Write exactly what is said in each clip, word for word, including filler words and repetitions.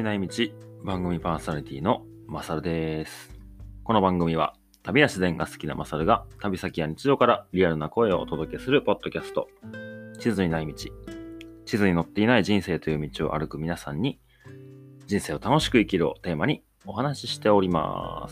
にない道、番組パーソナリティのマサルです。この番組は旅や自然が好きなマサルが旅先や日常からリアルな声をお届けするポッドキャスト、地図にない道、地図に載っていない人生という道を歩く皆さんに人生を楽しく生きるをテーマにお話ししております。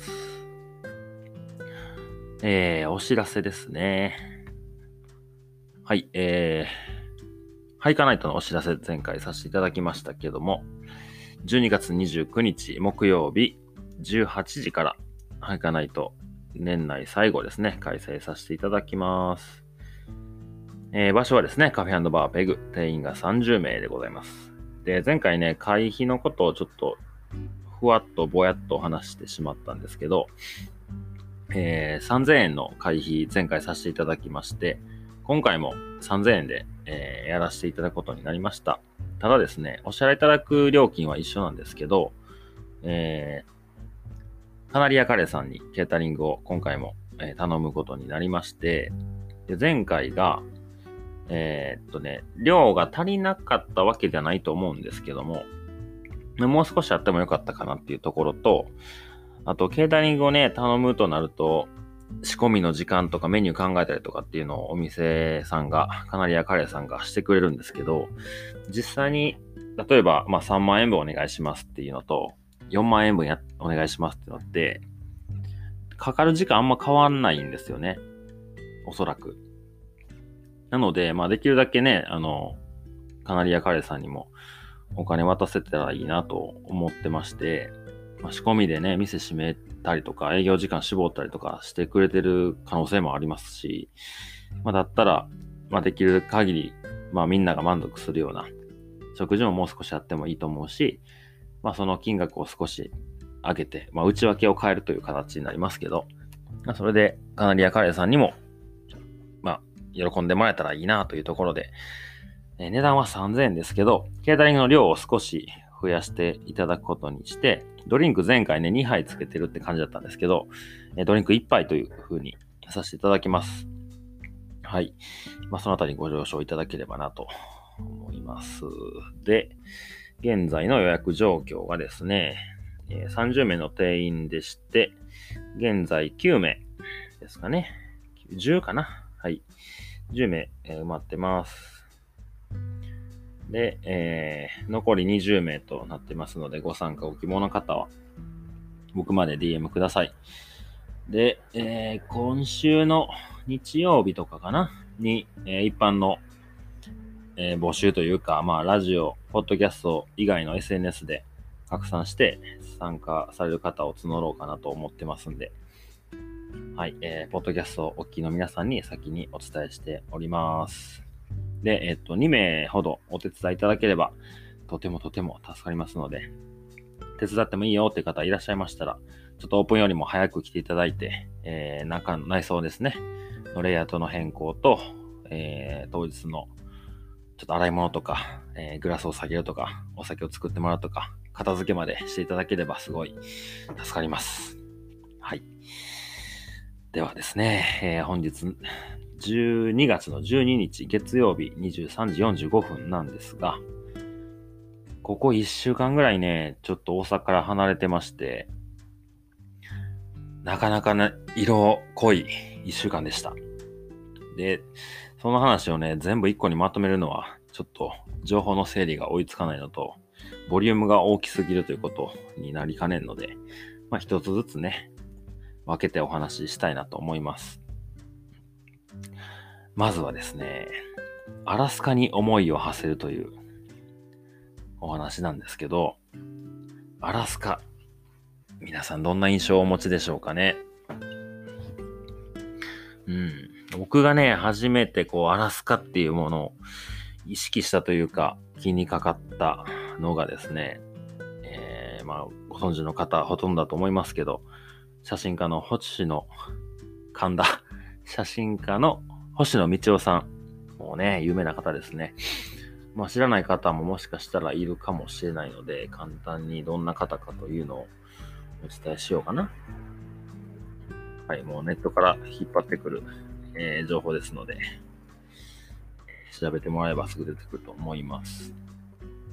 えー、お知らせですね。はい、えー、ハイカナイトのお知らせ前回させていただきましたけども、じゅうにがつにじゅうくにち木曜日じゅうはちじからハイカナイト年内最後ですね、開催させていただきます。えー、場所はですね、カフェ&バーペグ、定員がさんじゅうめいでございます。で、前回ね、会費のことをちょっとふわっとぼやっと話してしまったんですけど、えー、さんぜんえんの会費前回させていただきまして、今回もさんぜんえんで、えー、やらせていただくことになりました。ただですね、お支払いいただく料金は一緒なんですけど、えー、カナリアカレーさんにケータリングを今回も、えー、頼むことになりまして、で前回が、えー、っとね、量が足りなかったわけじゃないと思うんですけども、もう少しあってもよかったかなっていうところと、あと、ケータリングをね、頼むとなると、仕込みの時間とかメニュー考えたりとかっていうのをお店さんが、カナリアカレーさんがしてくれるんですけど、実際に、例えば、まあさんまんえんぶんお願いしますっていうのと、よんまんえんぶんやお願いしますっていうのって、かかる時間あんま変わんないんですよね。おそらく。なので、まあできるだけね、あの、カナリアカレーさんにもお金渡せたらいいなと思ってまして、まあ、仕込みでね、店閉めたりとか、営業時間絞ったりとかしてくれてる可能性もありますし、まあ、だったら、まあ、できる限り、まあ、みんなが満足するような食事ももう少しあってもいいと思うし、まあ、その金額を少し上げて、まあ、内訳を変えるという形になりますけど、まあ、それでカナリアカレーさんにも、まあ、喜んでもらえたらいいなというところで、えー、値段はさんぜんえんですけど、ケータリングの量を少し増やしていただくことにして、ドリンク前回ね、にはいつけてるって感じだったんですけど、ドリンクいっぱいという風にさせていただきます。はい。まあ、そのあたりご了承いただければなと思います。で、現在の予約状況がですね、さんじゅうめいの定員でして、現在きゅうめいですかね。じゅうかな。はい。じゅうめい、えー、埋まってます。で、えー、残りにじゅうめいとなってますので、ご参加ご希望の方は、僕まで ディーエム ください。で、えー、今週の日曜日とかかなに、えー、一般の、えー、募集というか、まあ、ラジオ、ポッドキャスト以外の エスエヌエス で拡散して参加される方を募ろうかなと思ってますんで、はい、えー、ポッドキャストをお聞きの皆さんに先にお伝えしております。で、えっと、にめいほどお手伝いいただければ、とてもとても助かりますので、手伝ってもいいよって方いらっしゃいましたら、ちょっとオープンよりも早く来ていただいて、えー、中、内装ですね、のレイアウトの変更と、えー、当日のちょっと洗い物とか、えー、グラスを下げるとか、お酒を作ってもらうとか、片付けまでしていただければすごい助かります。はい。ではですね、えー、本日、じゅうにがつのじゅうににち月曜日にじゅうさんじよんじゅうごふんなんですが、ここいっしゅうかんぐらいね、ちょっと大阪から離れてまして、なかなかね、色濃いいっしゅうかんでした。で、その話をね、全部いっこにまとめるのは、ちょっと情報の整理が追いつかないのと、ボリュームが大きすぎるということになりかねんので、まあ一つずつね、分けてお話ししたいなと思います。まずはですね、アラスカに思いを馳せるというお話なんですけど、アラスカ、皆さんどんな印象をお持ちでしょうかね。うん、僕がね、初めてこうアラスカっていうものを意識したというか気にかかったのがですね、えー、まあご存知の方はほとんどだと思いますけど、写真家の星野神田写真家の星野道夫さん、もうね有名な方ですね。まあ知らない方ももしかしたらいるかもしれないので、簡単にどんな方かというのをお伝えしようかな。はい、もうネットから引っ張ってくる、えー、情報ですので、調べてもらえばすぐ出てくると思います。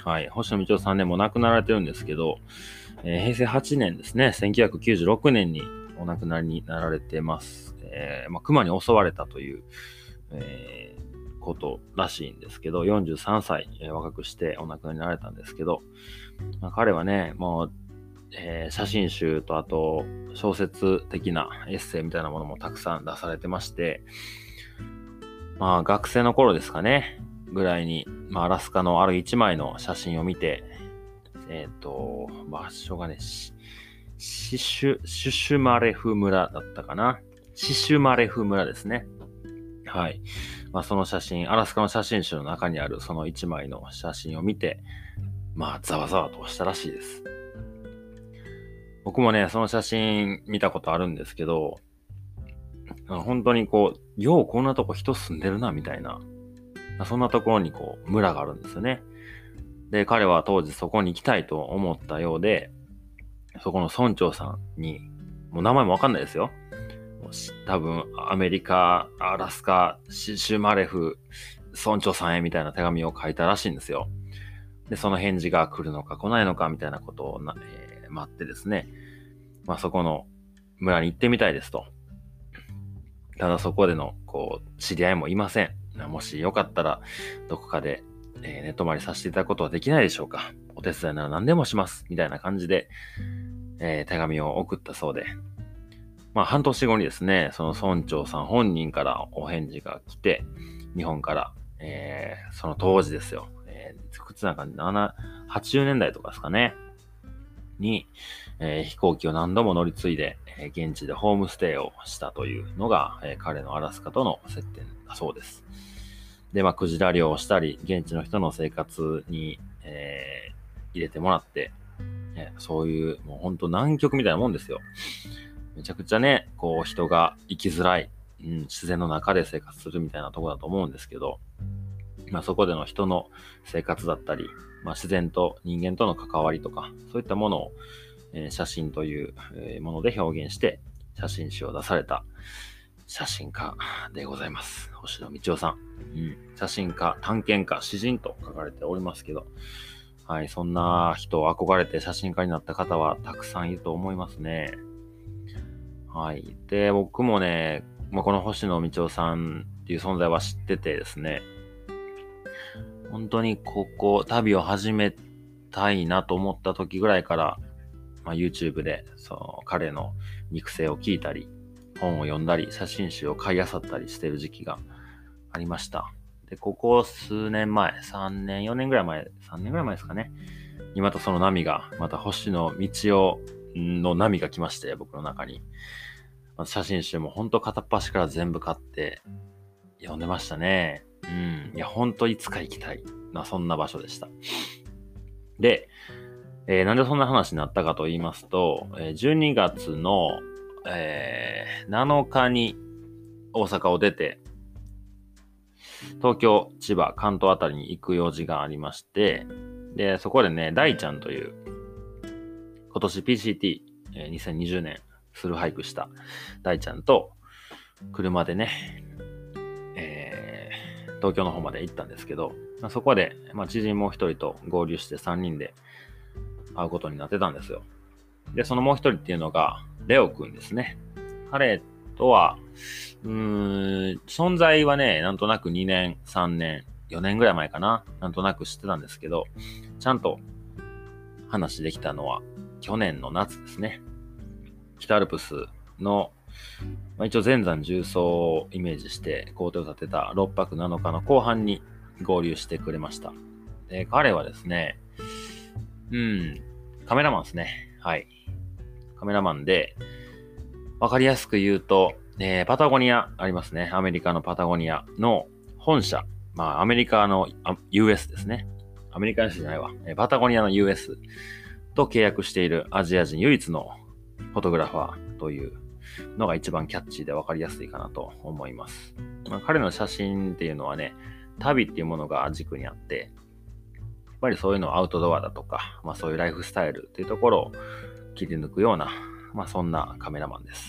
はい。星野道夫さんね、もう亡くなられてるんですけど、えー、へいせいはちねんですね、せんきゅうひゃくきゅうじゅうろくねんにお亡くなりになられてます。えー、まあ、熊に襲われたという、えー、ことらしいんですけど、よんじゅうさんさい、えー、若くしてお亡くなりになられたんですけど、まあ、彼はね、もう、えー、写真集とあと小説的なエッセイみたいなものもたくさん出されてまして、まあ学生の頃ですかね、ぐらいに、まあアラスカのある一枚の写真を見て、えっと、場所がね、シシュ、シュシュマレフ村だったかな。シシュマレフ村ですね。はい。まあその写真、アラスカの写真集の中にあるその一枚の写真を見て、まあざわざわとしたらしいです。僕もね、その写真見たことあるんですけど、本当にこう、ようこんなとこ人住んでるな、みたいな。そんなところにこう、村があるんですよね。で、彼は当時そこに行きたいと思ったようで、そこの村長さんに、もう名前もわかんないですよ。多分、アメリカ、アラスカ、シシュマレフ、村長さんへみたいな手紙を書いたらしいんですよ。で、その返事が来るのか来ないのかみたいなことをな、えー待ってですね、まあそこの村に行ってみたいですと。ただそこでのこう知り合いもいません。もしよかったらどこかで、えー、寝泊まりさせていただくことはできないでしょうか。お手伝いなら何でもしますみたいな感じで、えー、手紙を送ったそうで、まあ半年後にですね、その村長さん本人からお返事が来て、日本から、えー、その当時ですよ、えー、靴なんかなな、はちじゅうねんだいとかですかね。に、えー、飛行機を何度も乗り継いで、えー、現地でホームステイをしたというのが、えー、彼のアラスカとの接点だそうです。で、まあ、クジラ漁をしたり、現地の人の生活に、えー、入れてもらって、えー、そういう、もう本当南極みたいなもんですよ。めちゃくちゃね、こう人が生きづらい、うん、自然の中で生活するみたいなところだと思うんですけど、まあ、そこでの人の生活だったり、まあ、自然と人間との関わりとか、そういったものを、えー、写真というもので表現して、写真集を出された写真家でございます。星野道夫さん。うん、写真家、探検家、詩人と書かれておりますけど、はい、そんな人を憧れて写真家になった方はたくさんいると思いますね。はい。で、僕もね、まあ、この星野道夫さんっていう存在は知っててですね、本当にここ、旅を始めたいなと思った時ぐらいから、まあ、YouTube でその彼の肉声を聞いたり、本を読んだり、写真集を買い漁ったりしてる時期がありました。で、ここ数年前、さんねん、よねんぐらい前、さんねんぐらい前ですかね。にまたその波が、また星野道夫の波が来まして、僕の中に。写真集も本当片っ端から全部買って読んでましたね。うん。いや、本当いつか行きたいな、そんな場所でした。で、えー、なんでそんな話になったかと言いますと、じゅうにがつの、えー、なのかに大阪を出て、東京、千葉、関東あたりに行く用事がありまして、で、そこでね、大ちゃんという、今年 ピーシーティー、えー、にせんにじゅうねんスルーハイクした大ちゃんと、車でね、えー、東京の方まで行ったんですけど、まあ、そこで、まあ、知人もう一人と合流してさんにんで会うことになってたんですよ。で、そのもう一人っていうのが、レオくんですね。彼とは、うーん、存在はね、なんとなくにねん、さんねん、よねんぐらい前かな。なんとなく知ってたんですけど、ちゃんと話できたのは去年の夏ですね。北アルプスの、まあ、一応全山重走をイメージして工程を立てたろっぱくなのかの後半に合流してくれました。で、彼はですね、うん、カメラマンですね。はい。カメラマンで、わかりやすく言うと、えー、パタゴニアありますね。アメリカのパタゴニアの本社。まあ、アメリカの ユーエス ですね。アメリカの人じゃないわ。パタゴニアの ユーエス と契約しているアジア人唯一のフォトグラファーというのが一番キャッチーでわかりやすいかなと思います。まあ、彼の写真っていうのはね、旅っていうものが軸にあって、やっぱりそういうのアウトドアだとか、まあそういうライフスタイルっていうところを切り抜くような、まあそんなカメラマンです。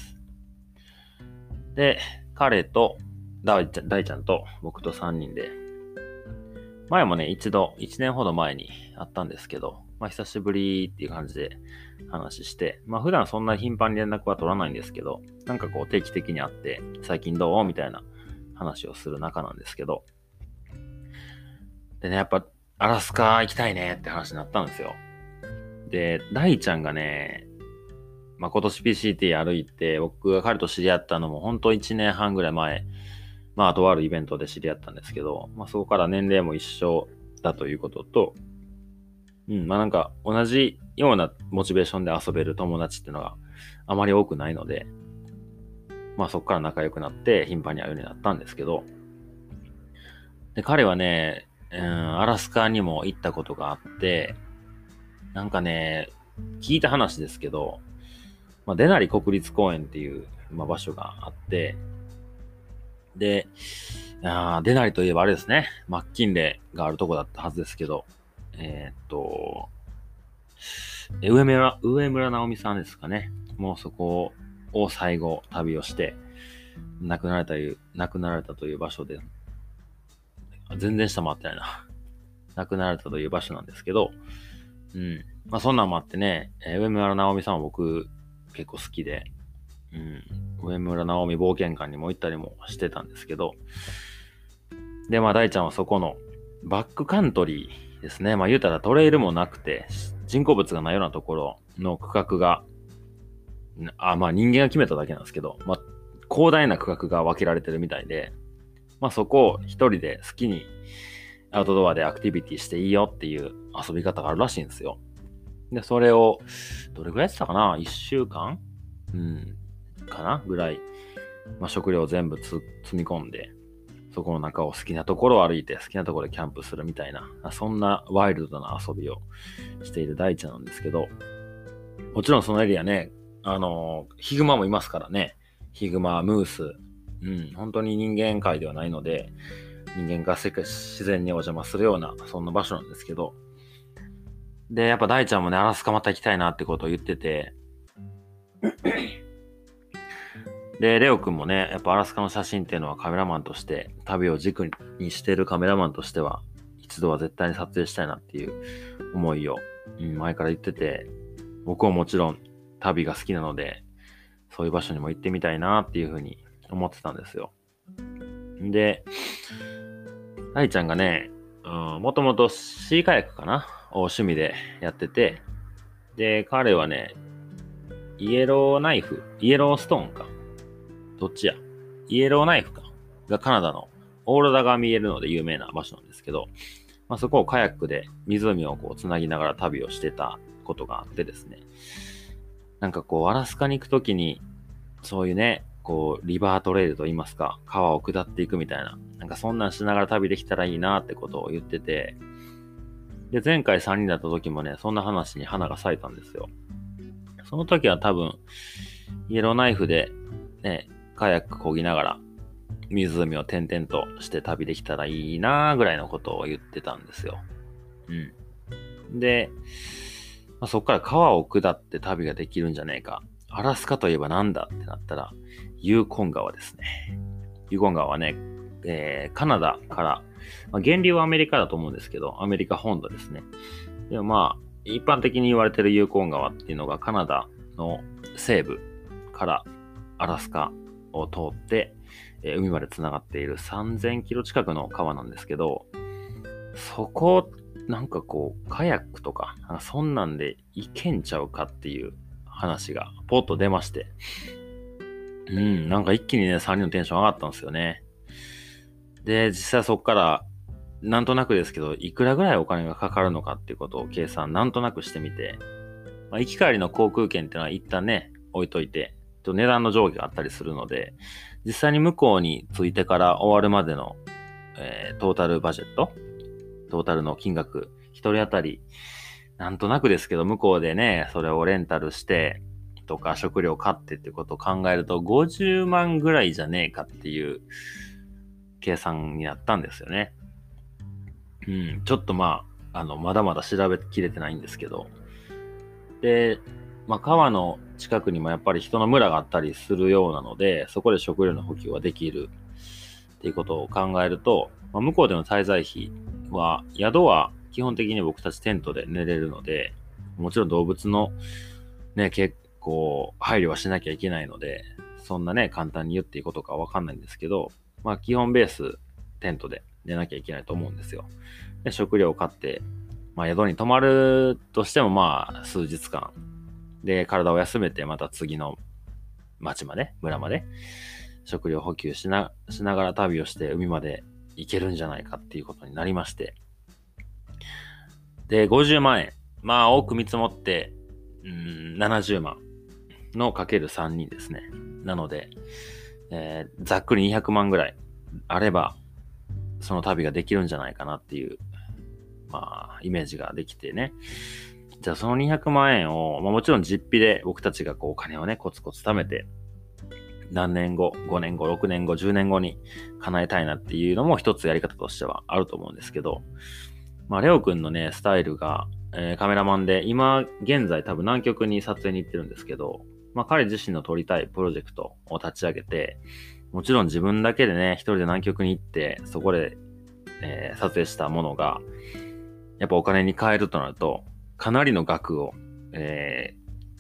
で、彼と大ちゃん、大ちゃんと僕とさんにんで、 前もね、一度、一年ほど前にあったんですけど、まあ久しぶりっていう感じで話して、まあ普段そんな頻繁に連絡は取らないんですけど、なんかこう定期的に会って、最近どうみたいな話をする仲なんですけど、でね、やっぱアラスカ行きたいねって話になったんですよ。で、大ちゃんがね、まあ今年 ピーシーティー 歩いて、僕が彼と知り合ったのも本当いちねんはんぐらい前、まあとあるイベントで知り合ったんですけど、まあそこから年齢も一緒だということと、うん、まあなんか同じようなモチベーションで遊べる友達っていうのがあまり多くないので、まあそこから仲良くなって頻繁に会うようになったんですけど、で、彼はね、うん、アラスカにも行ったことがあって、なんかね、聞いた話ですけど、まあ、デナリ国立公園っていう、まあ、場所があって、で、あデナリといえばあれですね、マッキンレーがあるとこだったはずですけど、えー、っと、上村、上村直美さんですかね。もうそこを最後旅をして、亡くなられたという、亡くなられたという場所で、全然下回ってないな。亡くなられたという場所なんですけど、うん。まあそんなんもあってね、えー、上村直美さんは僕結構好きで、うん。上村直美冒険館にも行ったりもしてたんですけど、で、まあ大ちゃんはそこのバックカントリーですね。まあ言うたらトレイルもなくて、人工物がないようなところの区画が、あ、まあ人間が決めただけなんですけど、まあ広大な区画が分けられてるみたいで、まあそこを一人で好きにアウトドアでアクティビティしていいよっていう遊び方があるらしいんですよ。で、それを、どれぐらいやってたかな ?いっ 週間うん。かなぐらい、まあ、食料を全部つ積み込んで、そこの中を好きなところを歩いて、好きなところでキャンプするみたいな、そんなワイルドな遊びをしている大ちゃんなんですけど、もちろんそのエリアね、あのー、ヒグマもいますからね。ヒグマ、ムース、うん、本当に人間界ではないので、人間が世界自然にお邪魔するような、そんな場所なんですけど、で、やっぱ大ちゃんもね、アラスカまた行きたいなってことを言ってて、で、レオくんもね、やっぱアラスカの写真っていうのはカメラマンとして、旅を軸にしてるカメラマンとしては、一度は絶対に撮影したいなっていう思いを、うん、前から言ってて、僕はもちろん旅が好きなので、そういう場所にも行ってみたいなっていうふうに思ってたんですよ。で、大ちゃんがね、もともとシーカヤックかなを趣味でやってて、で、彼はね、イエローナイフ、イエローストーンか。どっちやイエローナイフか。がカナダのオーロラが見えるので有名な場所なんですけど、まあ、そこをカヤックで湖をこう繋ぎながら旅をしてたことがあってですね。なんかこう、アラスカに行くときに、そういうね、こう、リバートレイルと言いますか、川を下っていくみたいな、なんかそんなんしながら旅できたらいいなってことを言ってて、で、前回さんにんだった時もね、そんな話に花が咲いたんですよ。その時は多分、イエローナイフで、ね、カヤック漕ぎながら、湖を点々として旅できたらいいなぐらいのことを言ってたんですよ。うん。で、まあ、そこから川を下って旅ができるんじゃねえか。アラスカといえばなんだってなったら、ユーコン川ですね。ユーコン川はね、えー、カナダから、まあ、源流はアメリカだと思うんですけど、アメリカ本土ですね。でもまあ、一般的に言われてるユーコン川っていうのがカナダの西部からアラスカを通って、えー、海まで繋がっているさんぜんキロ近くの川なんですけど、そこ、なんかこう、カヤックとか、そんなんで行けんちゃうかっていう話がポッと出まして、うん、なんか一気にね、さんにんのテンション上がったんですよね。で、実際そこから、なんとなくですけど、いくらぐらいお金がかかるのかっていうことを計算なんとなくしてみて、まあ、行き帰りの航空券っていうのは一旦ね、置いといて、と値段の上下があったりするので、実際に向こうに着いてから終わるまでの、えー、トータルバジェット、トータルの金額、一人当たり、なんとなくですけど、向こうでね、それをレンタルして、とか食料買ってっていうことを考えると、ごじゅうまんぐらいじゃねえかっていう計算になったんですよね。うん、ちょっとまあ、あの、まだまだ調べきれてないんですけど。で、まあ、川の近くにもやっぱり人の村があったりするようなので、そこで食料の補給ができるっていうことを考えると、まあ、向こうでの滞在費は、宿は基本的に僕たちテントで寝れるので、もちろん動物のね、結構配慮はしなきゃいけないので、そんなね、簡単に言っていいことかわかんないんですけど、まあ基本ベーステントで寝なきゃいけないと思うんですよ。で、食料を買って、まあ宿に泊まるとしてもまあ数日間で体を休めてまた次の町まで、村まで食料補給しな、しながら旅をして海まで行けるんじゃないかっていうことになりまして。で、ごじゅうまんえん。まあ多く見積もって、うーん、ななじゅうまんのかけるさんにんですね。なので、えー、ざっくりにひゃくまんぐらいあれば、その旅ができるんじゃないかなっていう、まあ、イメージができてね。じゃあそのにひゃくまんえんを、まあ、もちろん実費で僕たちがこうお金をね、コツコツ貯めて、何年後、ごねんご、ろくねんご、じゅうねんごに叶えたいなっていうのも一つやり方としてはあると思うんですけど、まあ、レオくんのね、スタイルが、えー、カメラマンで、今現在多分南極に撮影に行ってるんですけど、まあ彼自身の撮りたいプロジェクトを立ち上げて、もちろん自分だけでね、一人で南極に行って、そこで、えー、撮影したものが、やっぱお金に換えるとなると、かなりの額を、え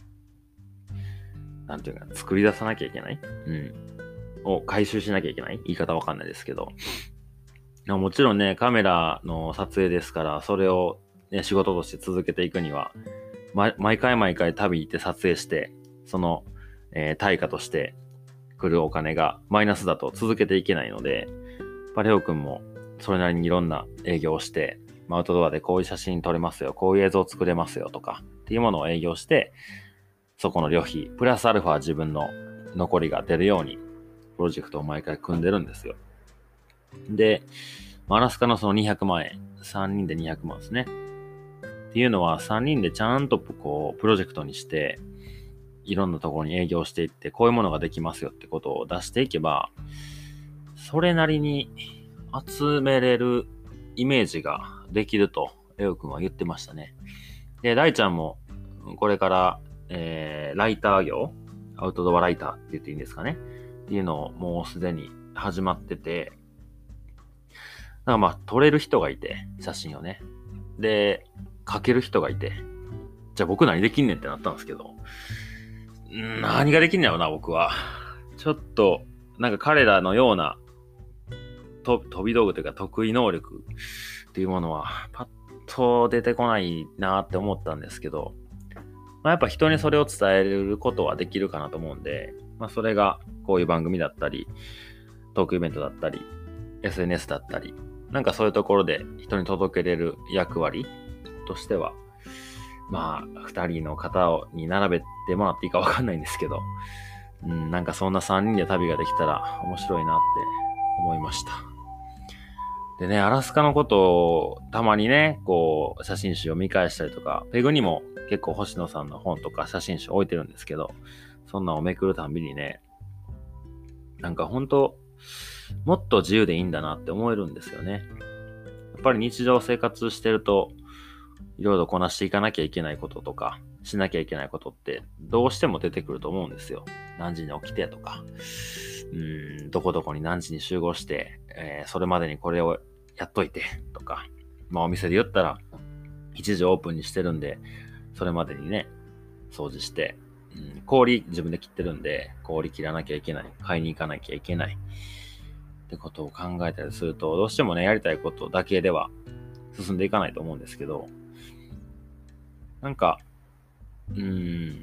ー、なんていうか、作り出さなきゃいけない、うん、を回収しなきゃいけない言い方わかんないですけど、もちろんね、カメラの撮影ですから、それを、ね、仕事として続けていくには、ま、毎回毎回旅行って撮影して、その、えー、対価として来るお金がマイナスだと続けていけないので、パレオくんもそれなりにいろんな営業をして、アウトドアでこういう写真撮れますよ、こういう映像作れますよとかっていうものを営業して、そこの旅費、プラスアルファ自分の残りが出るように、プロジェクトを毎回組んでるんですよ。で、アラスカのそのにひゃくまんえん、さんにんでにひゃくまんですね。っていうのはさんにんでちゃんとこうプロジェクトにして、いろんなところに営業していって、こういうものができますよってことを出していけば、それなりに集めれるイメージができると、レオくんは言ってましたね。で、大ちゃんもこれから、えー、ライター業、アウトドアライターって言っていいんですかねっていうのをもうすでに始まってて、だからまあ、撮れる人がいて、写真をね。で、描ける人がいて、じゃあ僕何できんねんってなったんですけど、ん何ができんねやろな、僕は。ちょっと、なんか彼らのような、と飛び道具というか得意能力っていうものは、パッと出てこないなって思ったんですけど、まあ、やっぱ人にそれを伝えることはできるかなと思うんで、まあそれがこういう番組だったり、トークイベントだったり、エスエヌエス だったり、なんかそういうところで人に届けれる役割としては、まあ、二人の方に並べてもらっていいかわかんないんですけど、うん、なんかそんな三人で旅ができたら面白いなって思いました。でね、アラスカのことをたまにね、こう、写真集を見返したりとか、ペグにも結構星野さんの本とか写真集置いてるんですけど、そんなのをめくるたんびにね、なんか本当もっと自由でいいんだなって思えるんですよね。やっぱり日常生活してると、いろいろこなしていかなきゃいけないこととか、しなきゃいけないことってどうしても出てくると思うんですよ。何時に起きてとか、うーん、どこどこに何時に集合して、えー、それまでにこれをやっといてとか、まあお店で言ったらいちじオープンにしてるんで、それまでにね、掃除して、うん、氷自分で切ってるんで、氷切らなきゃいけない、買いに行かなきゃいけないってことを考えたりすると、どうしてもね、やりたいことだけでは進んでいかないと思うんですけど、なんか、うーん、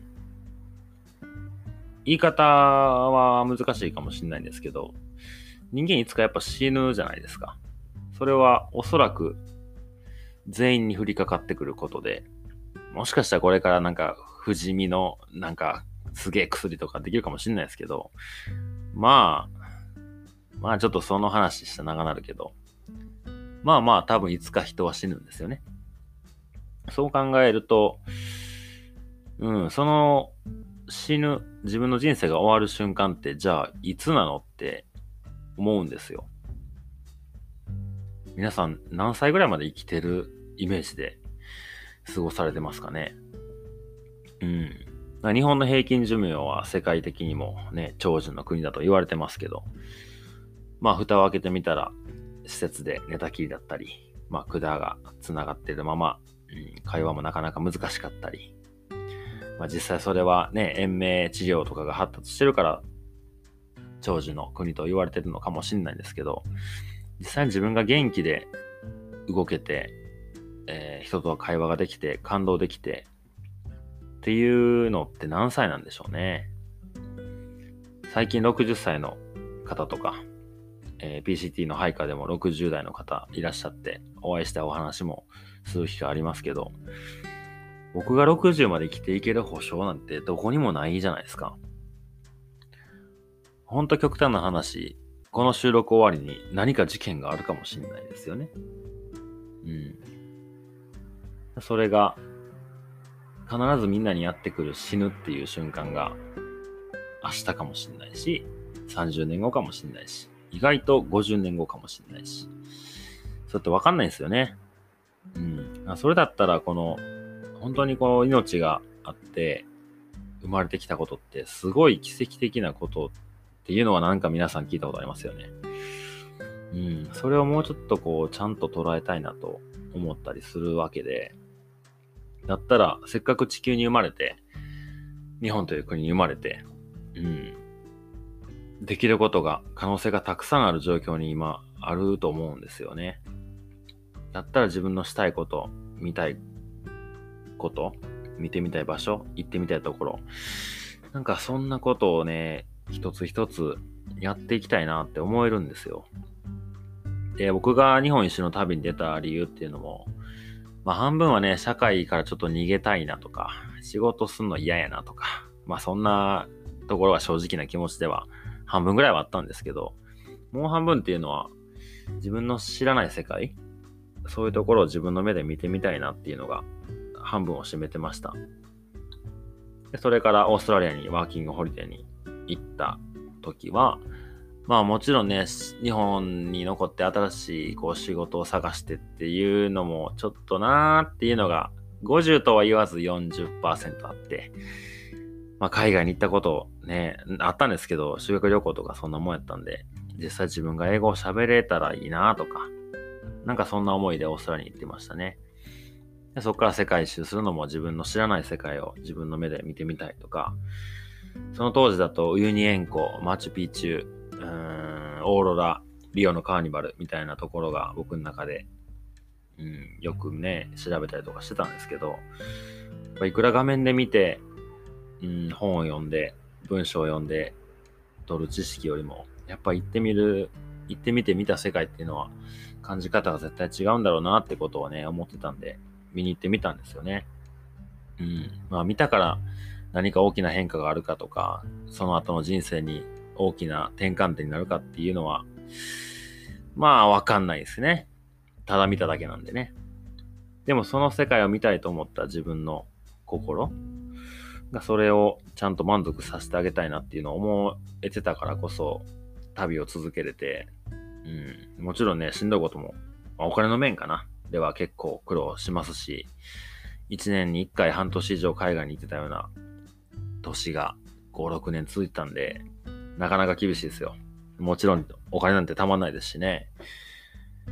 言い方は難しいかもしれないんですけど、人間いつかやっぱ死ぬじゃないですか。それはおそらく全員に降りかかってくることで、もしかしたらこれからなんか不死身のなんかすげえ薬とかできるかもしれないですけど、まあ、まあちょっとその話したら長なるけど、まあまあ多分いつか人は死ぬんですよね。そう考えると、うん、その死ぬ、自分の人生が終わる瞬間ってじゃあいつなのって思うんですよ。皆さん何歳ぐらいまで生きてるイメージで過ごされてますかね。うん。日本の平均寿命は世界的にもね、長寿の国だと言われてますけど、まあ蓋を開けてみたら施設で寝たきりだったり、 まあ、管がつながっているまま、うん、会話もなかなか難しかったり、まあ、実際それはね、延命治療とかが発達してるから長寿の国と言われてるのかもしれないんですけど、実際に自分が元気で動けて、えー、人と会話ができて感動できてっていうのって何歳なんでしょうね。最近ろくじゅっさいの方とか、えー、ピーシーティー の配下でもろくじゅう代の方いらっしゃってお会いしたお話もする機会ありますけど、僕がろくじゅうまで生きていける保証なんてどこにもないじゃないですか。ほんと極端な話、この収録終わりに何か事件があるかもしれないですよね。うん。それが必ずみんなにやってくる死ぬっていう瞬間が明日かもしれないし、さんじゅうねんごかもしれないし、意外とごじゅうねんごかもしれないし、そうやって分かんないんですよね。うん。それだったらこの本当にこの命があって生まれてきたことってすごい奇跡的なことっていうのはなんか皆さん聞いたことありますよね。うん。それをもうちょっとこうちゃんと捉えたいなと思ったりするわけで、だったらせっかく地球に生まれて、日本という国に生まれて、うん。できることが、可能性がたくさんある状況に今あると思うんですよね。だったら自分のしたいこと、見たいこと、見てみたい場所、行ってみたいところ、なんかそんなことをね、一つ一つやっていきたいなって思えるんですよ。で、僕が日本一周の旅に出た理由っていうのも、まあ半分はね、社会からちょっと逃げたいなとか、仕事すんの嫌やなとか、まあそんなところが正直な気持ちでは半分ぐらいはあったんですけど、もう半分っていうのは自分の知らない世界、そういうところを自分の目で見てみたいなっていうのが半分を占めてました。でそれからオーストラリアにワーキングホリデーに行った時は、まあもちろんね、日本に残って新しいこう仕事を探してっていうのもちょっとなーっていうのがごじゅうとは言わず よんじゅっパーセント あって、まあ海外に行ったことね、あったんですけど、修学旅行とかそんなもんやったんで、実際自分が英語を喋れたらいいなとか、なんかそんな思いでオーストラリアに行ってましたね。でそこから世界一周するのも自分の知らない世界を自分の目で見てみたいとか、その当時だとウユニ塩湖、マチュピチュ、うーん、オーロラ、リオのカーニバルみたいなところが僕の中で、うん、よくね、調べたりとかしてたんですけど、やっぱいくら画面で見て、うん、本を読んで、文章を読んで、取る知識よりも、やっぱ行ってみる、行ってみて見た世界っていうのは、感じ方が絶対違うんだろうなってことをね、思ってたんで、見に行ってみたんですよね。うん。まあ見たから何か大きな変化があるかとか、その後の人生に大きな転換点になるかっていうのは、まあわかんないですね。ただ見ただけなんでね。でもその世界を見たいと思った自分の心がそれをちゃんと満足させてあげたいなっていうのを思えてたからこそ旅を続けれて、うん、もちろんね、しんどいことも、お金の面かなでは結構苦労しますし、いちねんにいっかい半年以上海外に行ってたような年がご、ろくねん続いたんで、なかなか厳しいですよ。もちろんお金なんてたまんないですしね。うん。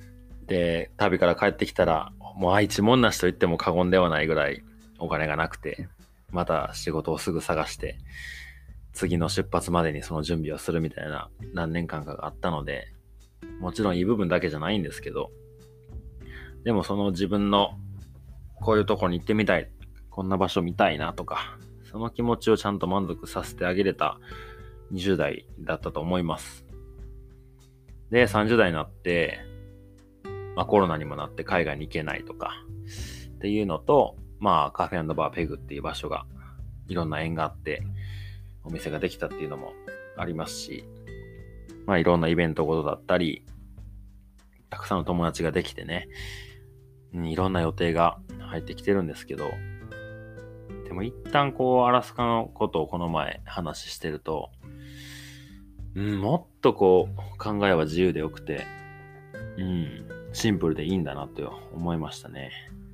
で、旅から帰ってきたら、もう愛知もんなしと言っても過言ではないぐらいお金がなくて、また仕事をすぐ探して、次の出発までにその準備をするみたいな何年間かがあったので、もちろんいい部分だけじゃないんですけど、でもその自分のこういうとこに行ってみたい、こんな場所見たいなとか、その気持ちをちゃんと満足させてあげれたにじゅう代だったと思います。で、さんじゅう代になって、まあコロナにもなって海外に行けないとかっていうのと、まあカフェ&バーペグっていう場所がいろんな縁があってお店ができたっていうのもありますし、まあいろんなイベントごとだったり、たくさんの友達ができてね、いろんな予定が入ってきてるんですけど、でも一旦こうアラスカのことをこの前話してると、うん、もっとこう考えは自由でよくて、うん、シンプルでいいんだなと思いましたね。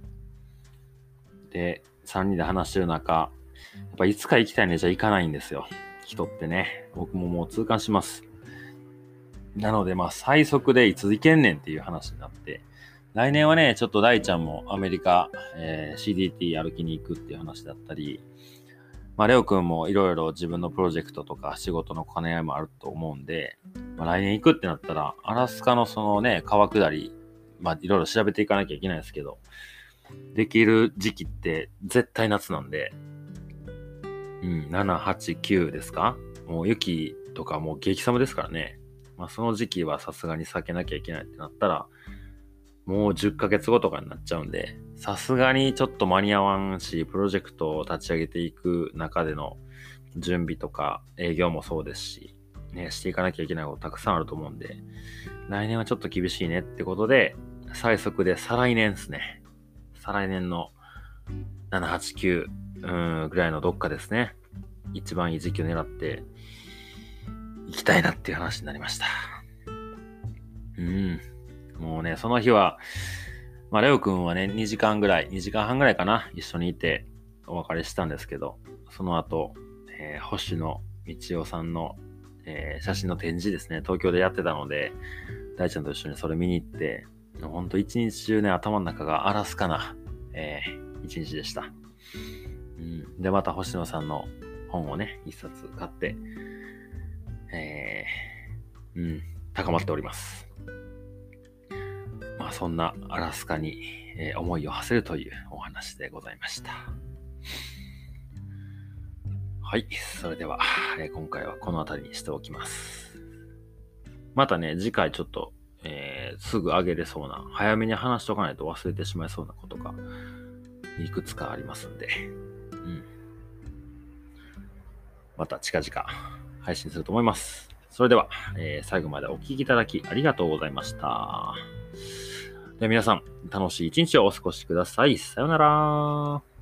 で、さんにんで話してる中、やっぱいつか行きたいねじゃ行かないんですよ。人ってね、僕ももう痛感します。なのでまあ最速でいつ行けんねんっていう話になって、 来年はね、ちょっと大ちゃんもアメリカ、えー、シーディーティー 歩きに行くっていう話だったり、まあ、レオくんもいろいろ自分のプロジェクトとか仕事の兼ね合いもあると思うんで、まあ、来年行くってなったら、アラスカのそのね、川下り、まあ、いろいろ調べていかなきゃいけないですけど、できる時期って絶対夏なんで、うん、なな、はち、きゅうですか？もう雪とかもう激寒ですからね。まあ、その時期はさすがに避けなきゃいけないってなったら、もうじゅっかげつごとかになっちゃうんで、さすがにちょっと間に合わんし、プロジェクトを立ち上げていく中での準備とか営業もそうですし、ね、していかなきゃいけないことたくさんあると思うんで、来年はちょっと厳しいねってことで、最速で再来年ですね。再来年のなな、はち、きゅう、うん、ぐらいのどっかですね。一番いい時期を狙って行きたいなっていう話になりました。うん。もうね、その日は、まあ、レオくんはね、にじかんぐらい、にじかんはんぐらいかな、一緒にいてお別れしたんですけど、その後、えー、星野道夫さんの、えー、写真の展示ですね、東京でやってたので、大ちゃんと一緒にそれ見に行って、ほんと一日中ね、頭の中がアラスカな、えー、一日でした。うん。で、また星野さんの本をね、一冊買って、えー、うん、高まっております。まあそんなアラスカに、えー、思いを馳せるというお話でございました。はい、それでは、えー、今回はこの辺りにしておきます。またね、次回ちょっと、えー、すぐ上げれそうな、早めに話しておかないと忘れてしまいそうなことがいくつかありますんで、うん、また近々配信すると思います。それでは、えー、最後までお聞きいただきありがとうございました。では皆さん、楽しい一日をお過ごしください。さようなら。